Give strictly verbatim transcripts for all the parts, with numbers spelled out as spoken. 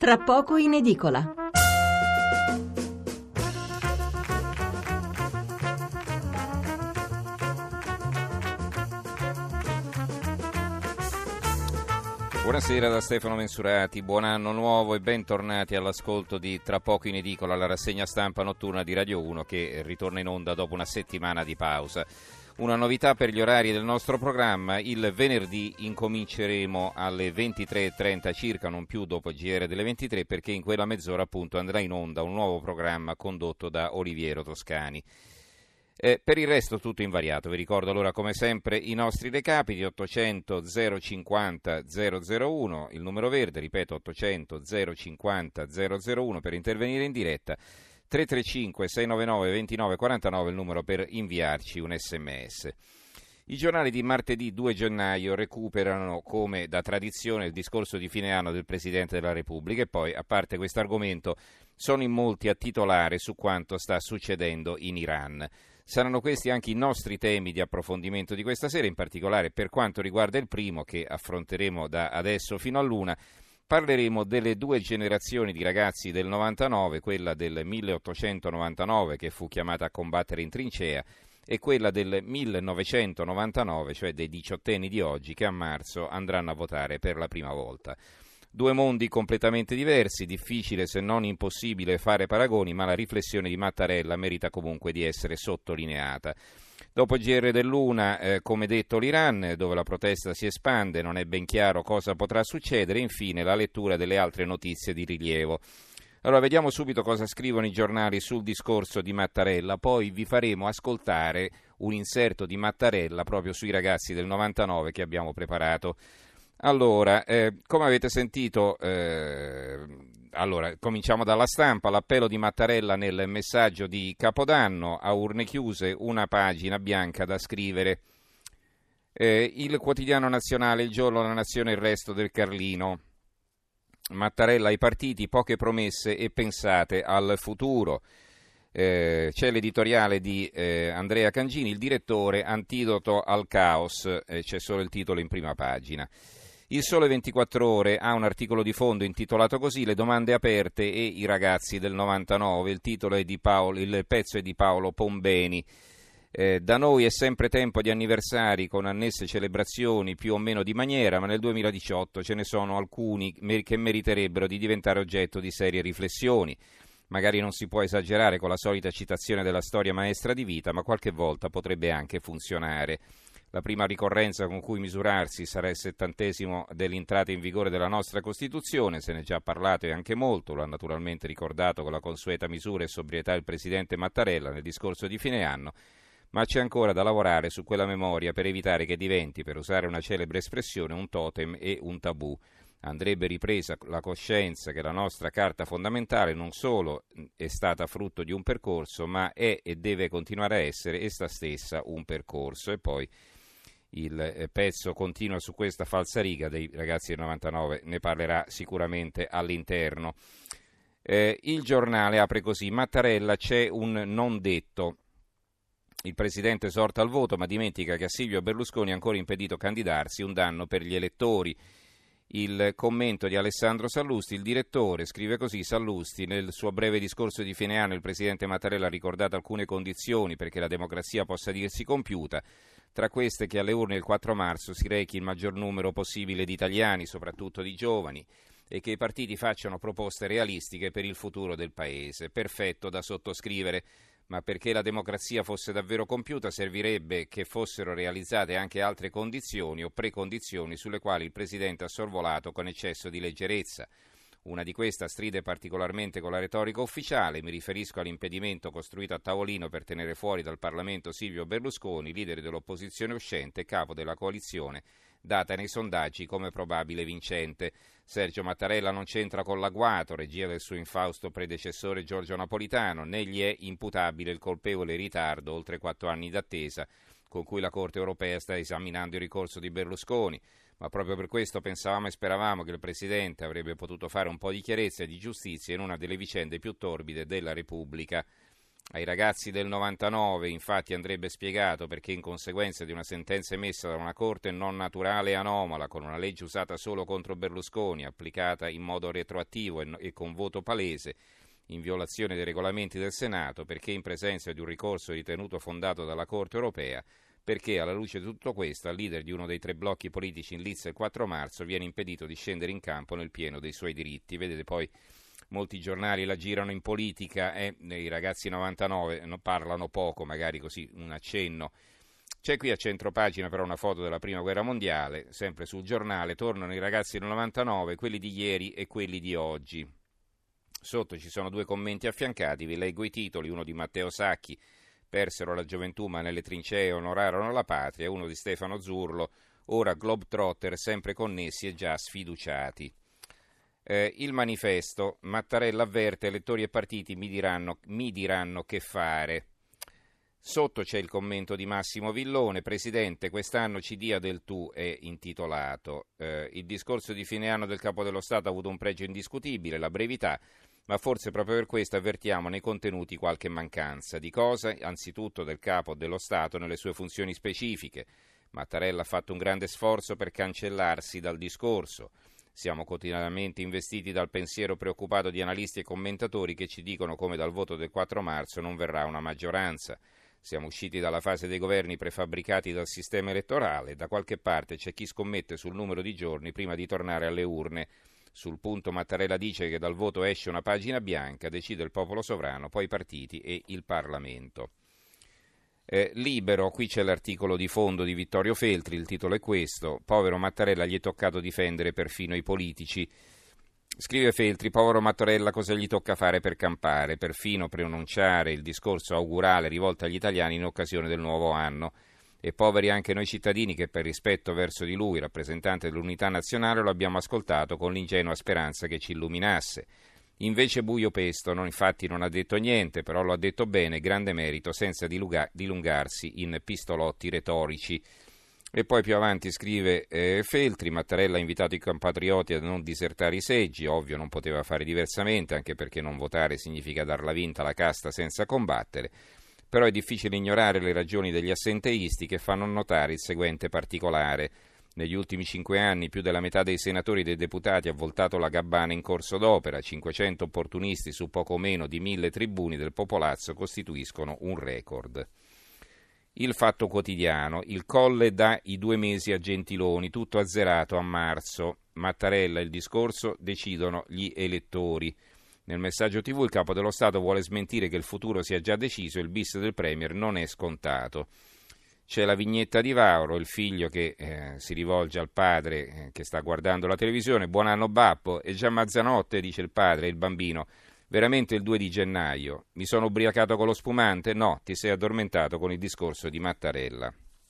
Tra poco in edicola. Buonasera da Stefano Mensurati, buon anno nuovo e bentornati all'ascolto di Tra poco in edicola, la rassegna stampa notturna di Radio uno che ritorna in onda dopo una settimana di pausa. Una novità per gli orari del nostro programma: il venerdì incominceremo alle ventitré e trenta circa, non più dopo il G R delle ventitré, perché in quella mezz'ora appunto andrà in onda un nuovo programma condotto da Oliviero Toscani. Eh, per il resto tutto invariato. Vi ricordo allora come sempre i nostri recapiti: ottocento zero cinquanta zero zero uno, il numero verde, ripeto ottocento zero cinquanta zero zero uno per intervenire in diretta, tre tre cinque sei nove nove due nove quattro nove il numero per inviarci un sms. I giornali di martedì due gennaio recuperano come da tradizione il discorso di fine anno del Presidente della Repubblica e poi, a parte questo argomento, sono in molti a titolare su quanto sta succedendo in Iran. Saranno questi anche i nostri temi di approfondimento di questa sera, in particolare per quanto riguarda il primo, che affronteremo da adesso fino all'una. Parleremo delle due generazioni di ragazzi del novantanove, quella del milleottocentonovantanove che fu chiamata a combattere in trincea e quella del millenovecentonovantanove, cioè dei diciottenni di oggi che a marzo andranno a votare per la prima volta. Due mondi completamente diversi, difficile se non impossibile fare paragoni, ma la riflessione di Mattarella merita comunque di essere sottolineata. Dopo il G R dell'una, eh, come detto l'Iran, dove la protesta si espande, non è ben chiaro cosa potrà succedere. Infine la lettura delle altre notizie di rilievo. Allora vediamo subito cosa scrivono i giornali sul discorso di Mattarella, poi vi faremo ascoltare un inserto di Mattarella proprio sui ragazzi del novantanove che abbiamo preparato. Allora, eh, come avete sentito, eh, allora, cominciamo dalla stampa. L'appello di Mattarella nel messaggio di Capodanno: a urne chiuse, una pagina bianca da scrivere. Eh, il quotidiano nazionale, il giorno, la nazione, il resto del Carlino. Mattarella ai partiti, poche promesse e pensate al futuro. Eh, c'è l'editoriale di eh, Andrea Cangini, il direttore, antidoto al caos, eh, c'è solo il titolo in prima pagina. Il Sole ventiquattro Ore ha un articolo di fondo intitolato così: le domande aperte e i ragazzi del novantanove. Il titolo è di Paolo, il pezzo è di Paolo Pombeni. Eh, da noi è sempre tempo di anniversari con annesse celebrazioni più o meno di maniera, ma nel duemiladiciotto ce ne sono alcuni che meriterebbero di diventare oggetto di serie riflessioni. Magari non si può esagerare con la solita citazione della storia maestra di vita, ma qualche volta potrebbe anche funzionare. La prima ricorrenza con cui misurarsi sarà il settantesimo dell'entrata in vigore della nostra Costituzione, se ne è già parlato e anche molto, lo ha naturalmente ricordato con la consueta misura e sobrietà il Presidente Mattarella nel discorso di fine anno, ma c'è ancora da lavorare su quella memoria per evitare che diventi, per usare una celebre espressione, un totem e un tabù. Andrebbe ripresa la coscienza che la nostra Carta fondamentale non solo è stata frutto di un percorso, ma è e deve continuare a essere essa stessa un percorso. E poi il pezzo continua su questa falsariga dei ragazzi del novantanove, ne parlerà sicuramente all'interno. Eh, il giornale apre così: Mattarella, c'è un non detto. Il Presidente esorta al voto, ma dimentica che a Silvio Berlusconi è ancora impedito candidarsi, un danno per gli elettori. Il commento di Alessandro Sallusti, il direttore, scrive così: Sallusti, nel suo breve discorso di fine anno il Presidente Mattarella ha ricordato alcune condizioni perché la democrazia possa dirsi compiuta, tra queste che alle urne il quattro marzo si rechi il maggior numero possibile di italiani, soprattutto di giovani, e che i partiti facciano proposte realistiche per il futuro del Paese. Perfetto da sottoscrivere, ma perché la democrazia fosse davvero compiuta servirebbe che fossero realizzate anche altre condizioni o precondizioni sulle quali il Presidente ha sorvolato con eccesso di leggerezza. Una di queste stride particolarmente con la retorica ufficiale, mi riferisco all'impedimento costruito a tavolino per tenere fuori dal Parlamento Silvio Berlusconi, leader dell'opposizione uscente e capo della coalizione, data nei sondaggi come probabile vincente. Sergio Mattarella non c'entra con l'agguato, regia del suo infausto predecessore Giorgio Napolitano, né gli è imputabile il colpevole ritardo, oltre quattro anni d'attesa, con cui la Corte europea sta esaminando il ricorso di Berlusconi. Ma proprio per questo pensavamo e speravamo che il Presidente avrebbe potuto fare un po' di chiarezza e di giustizia in una delle vicende più torbide della Repubblica. Ai ragazzi del novantanove infatti andrebbe spiegato perché in conseguenza di una sentenza emessa da una corte non naturale e anomala, con una legge usata solo contro Berlusconi, applicata in modo retroattivo e con voto palese, in violazione dei regolamenti del Senato, perché in presenza di un ricorso ritenuto fondato dalla Corte europea, perché alla luce di tutto questo al leader di uno dei tre blocchi politici in lizza il quattro marzo viene impedito di scendere in campo nel pieno dei suoi diritti. Vedete, poi molti giornali la girano in politica e eh, i ragazzi novantanove non parlano poco, magari così un accenno. C'è qui a centropagina però una foto della prima guerra mondiale, sempre sul giornale, tornano i ragazzi del novantanove, quelli di ieri e quelli di oggi. Sotto ci sono due commenti affiancati, vi leggo i titoli, uno di Matteo Sacchi, persero la gioventù ma nelle trincee onorarono la patria, uno di Stefano Zurlo, ora Globetrotter sempre connessi e già sfiduciati. Eh, il manifesto, Mattarella avverte, elettori e partiti mi diranno, mi diranno che fare. Sotto c'è il commento di Massimo Villone, Presidente, quest'anno ci dia del tu, è intitolato. Eh, il discorso di fine anno del Capo dello Stato ha avuto un pregio indiscutibile, la brevità, ma forse proprio per questo avvertiamo nei contenuti qualche mancanza. Di cosa? Anzitutto del Capo dello Stato nelle sue funzioni specifiche. Mattarella ha fatto un grande sforzo per cancellarsi dal discorso. Siamo quotidianamente investiti dal pensiero preoccupato di analisti e commentatori che ci dicono come dal voto del quattro marzo non verrà una maggioranza. Siamo usciti dalla fase dei governi prefabbricati dal sistema elettorale. Da qualche parte c'è chi scommette sul numero di giorni prima di tornare alle urne. Sul punto Mattarella dice che dal voto esce una pagina bianca, decide il popolo sovrano, poi i partiti e il Parlamento. Eh, libero, qui c'è l'articolo di fondo di Vittorio Feltri, il titolo è questo, povero Mattarella gli è toccato difendere perfino i politici. Scrive Feltri, povero Mattarella cosa gli tocca fare per campare, perfino pronunciare il discorso augurale rivolto agli italiani in occasione del nuovo anno. E poveri anche noi cittadini che per rispetto verso di lui, rappresentante dell'unità nazionale, lo abbiamo ascoltato con l'ingenua speranza che ci illuminasse. Invece buio pesto, non, infatti non ha detto niente, però lo ha detto bene, grande merito, senza diluga- dilungarsi in pistolotti retorici. E poi più avanti scrive eh, Feltri, Mattarella ha invitato i compatrioti a non disertare i seggi, ovvio non poteva fare diversamente, anche perché non votare significa darla vinta alla casta senza combattere, però è difficile ignorare le ragioni degli assenteisti che fanno notare il seguente particolare. Negli ultimi cinque anni più della metà dei senatori e dei deputati ha voltato la gabbana in corso d'opera, cinquecento opportunisti su poco meno di mille tribuni del popolazzo costituiscono un record. Il Fatto Quotidiano, il Colle dà i due mesi a Gentiloni, tutto azzerato a marzo, Mattarella il discorso, decidono gli elettori. Nel messaggio tivù il Capo dello Stato vuole smentire che il futuro sia già deciso e il bis del Premier non è scontato. C'è la vignetta di Vauro, il figlio che eh, si rivolge al padre eh, che sta guardando la televisione, buon anno Bappo, è già mezzanotte, dice il padre, e il bambino, veramente il due di gennaio, mi sono ubriacato con lo spumante? No, ti sei addormentato con il discorso di Mattarella.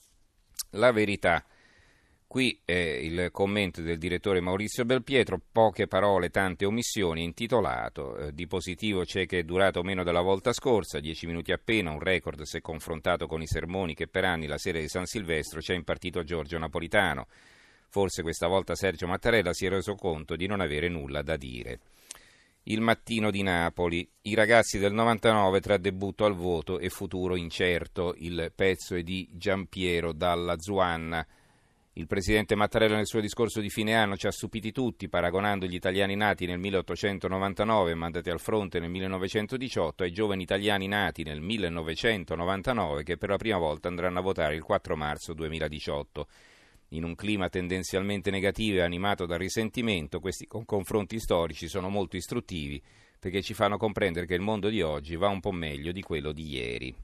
La Verità, qui è il commento del direttore Maurizio Belpietro, poche parole, tante omissioni, intitolato, eh, di positivo c'è che è durato meno della volta scorsa, dieci minuti appena, un record se confrontato con i sermoni che per anni la sera di San Silvestro ci ha impartito Giorgio Napolitano. Forse questa volta Sergio Mattarella si è reso conto di non avere nulla da dire. Il Mattino di Napoli, i ragazzi del novantanove tra debutto al voto e futuro incerto, il pezzo è di Giampiero Dalla Zuanna. Il presidente Mattarella nel suo discorso di fine anno ci ha stupiti tutti, paragonando gli italiani nati nel milleottocentonovantanove e mandati al fronte nel millenovecentodiciotto ai giovani italiani nati nel millenovecentonovantanove che per la prima volta andranno a votare il quattro marzo duemiladiciotto. In un clima tendenzialmente negativo e animato dal risentimento, questi confronti storici sono molto istruttivi perché ci fanno comprendere che il mondo di oggi va un po' meglio di quello di ieri.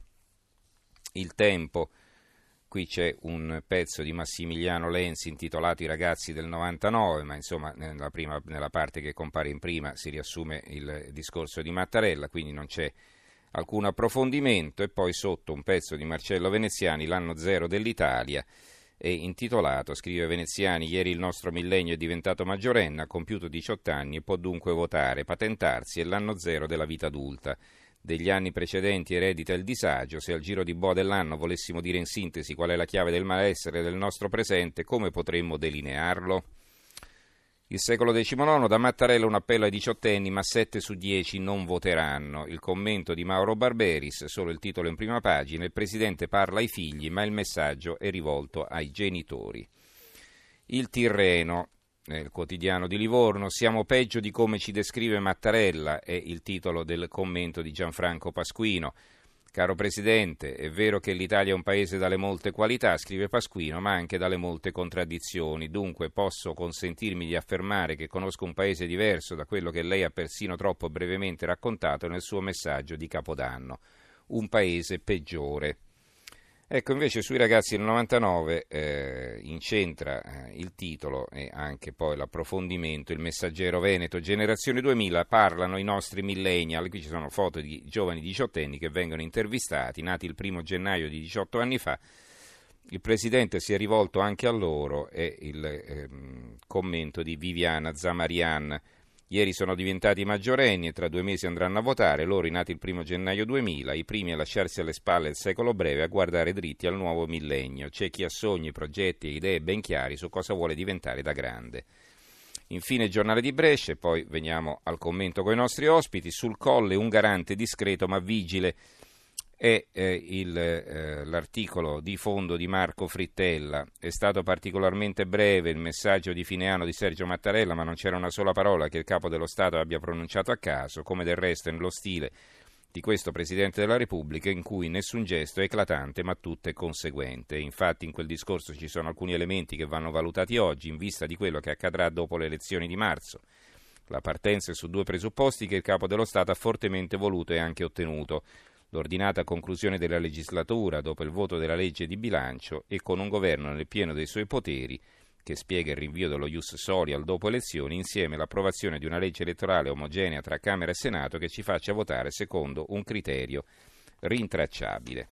Il Tempo. Qui c'è un pezzo di Massimiliano Lenzi intitolato I ragazzi del novantanove, ma insomma nella, prima, nella parte che compare in prima si riassume il discorso di Mattarella, quindi non c'è alcun approfondimento. E poi sotto un pezzo di Marcello Veneziani, L'anno zero dell'Italia, è intitolato, scrive Veneziani, ieri il nostro millennio è diventato maggiorenne, ha compiuto diciotto anni e può dunque votare, patentarsi, è l'anno zero della vita adulta. Degli anni precedenti eredita il disagio, se al giro di boa dell'anno volessimo dire in sintesi qual è la chiave del malessere del nostro presente, come potremmo delinearlo? Il secolo diciannove, da Mattarella un appello ai diciottenni, ma sette su dieci non voteranno. Il commento di Mauro Barberis, solo il titolo in prima pagina, il presidente parla ai figli, ma il messaggio è rivolto ai genitori. Il Tirreno, nel quotidiano di Livorno, siamo peggio di come ci descrive Mattarella, è il titolo del commento di Gianfranco Pasquino. Caro Presidente, è vero che l'Italia è un paese dalle molte qualità, scrive Pasquino, ma anche dalle molte contraddizioni. Dunque posso consentirmi di affermare che conosco un paese diverso da quello che lei ha persino troppo brevemente raccontato nel suo messaggio di Capodanno. Un paese peggiore. Ecco, invece sui ragazzi del novantanove eh, incentra eh, il titolo e anche poi l'approfondimento. Il Messaggero Veneto, Generazione duemila, parlano i nostri millennial. Qui ci sono foto di giovani diciottenni che vengono intervistati, nati il primo gennaio di diciotto anni fa. Il Presidente si è rivolto anche a loro e il eh, commento di Viviana Zamarian. Ieri sono diventati maggiorenni e tra due mesi andranno a votare, loro i nati il primo gennaio duemila, i primi a lasciarsi alle spalle il secolo breve, a guardare dritti al nuovo millennio. C'è chi ha sogni, progetti e idee ben chiari su cosa vuole diventare da grande. Infine il giornale di Brescia e poi veniamo al commento con i nostri ospiti. Sul Colle un garante discreto ma vigile. È eh, il, eh, l'articolo di fondo di Marco Frittella. È stato particolarmente breve il messaggio di fine anno di Sergio Mattarella, ma non c'era una sola parola che il Capo dello Stato abbia pronunciato a caso, come del resto nello stile di questo Presidente della Repubblica, in cui nessun gesto è eclatante ma tutto è conseguente. Infatti in quel discorso ci sono alcuni elementi che vanno valutati oggi in vista di quello che accadrà dopo le elezioni di marzo. La partenza è su due presupposti che il Capo dello Stato ha fortemente voluto e anche ottenuto: l'ordinata conclusione della legislatura dopo il voto della legge di bilancio e con un governo nel pieno dei suoi poteri che spiega il rinvio dello ius soli al dopo elezioni, insieme all'approvazione di una legge elettorale omogenea tra Camera e Senato che ci faccia votare secondo un criterio rintracciabile.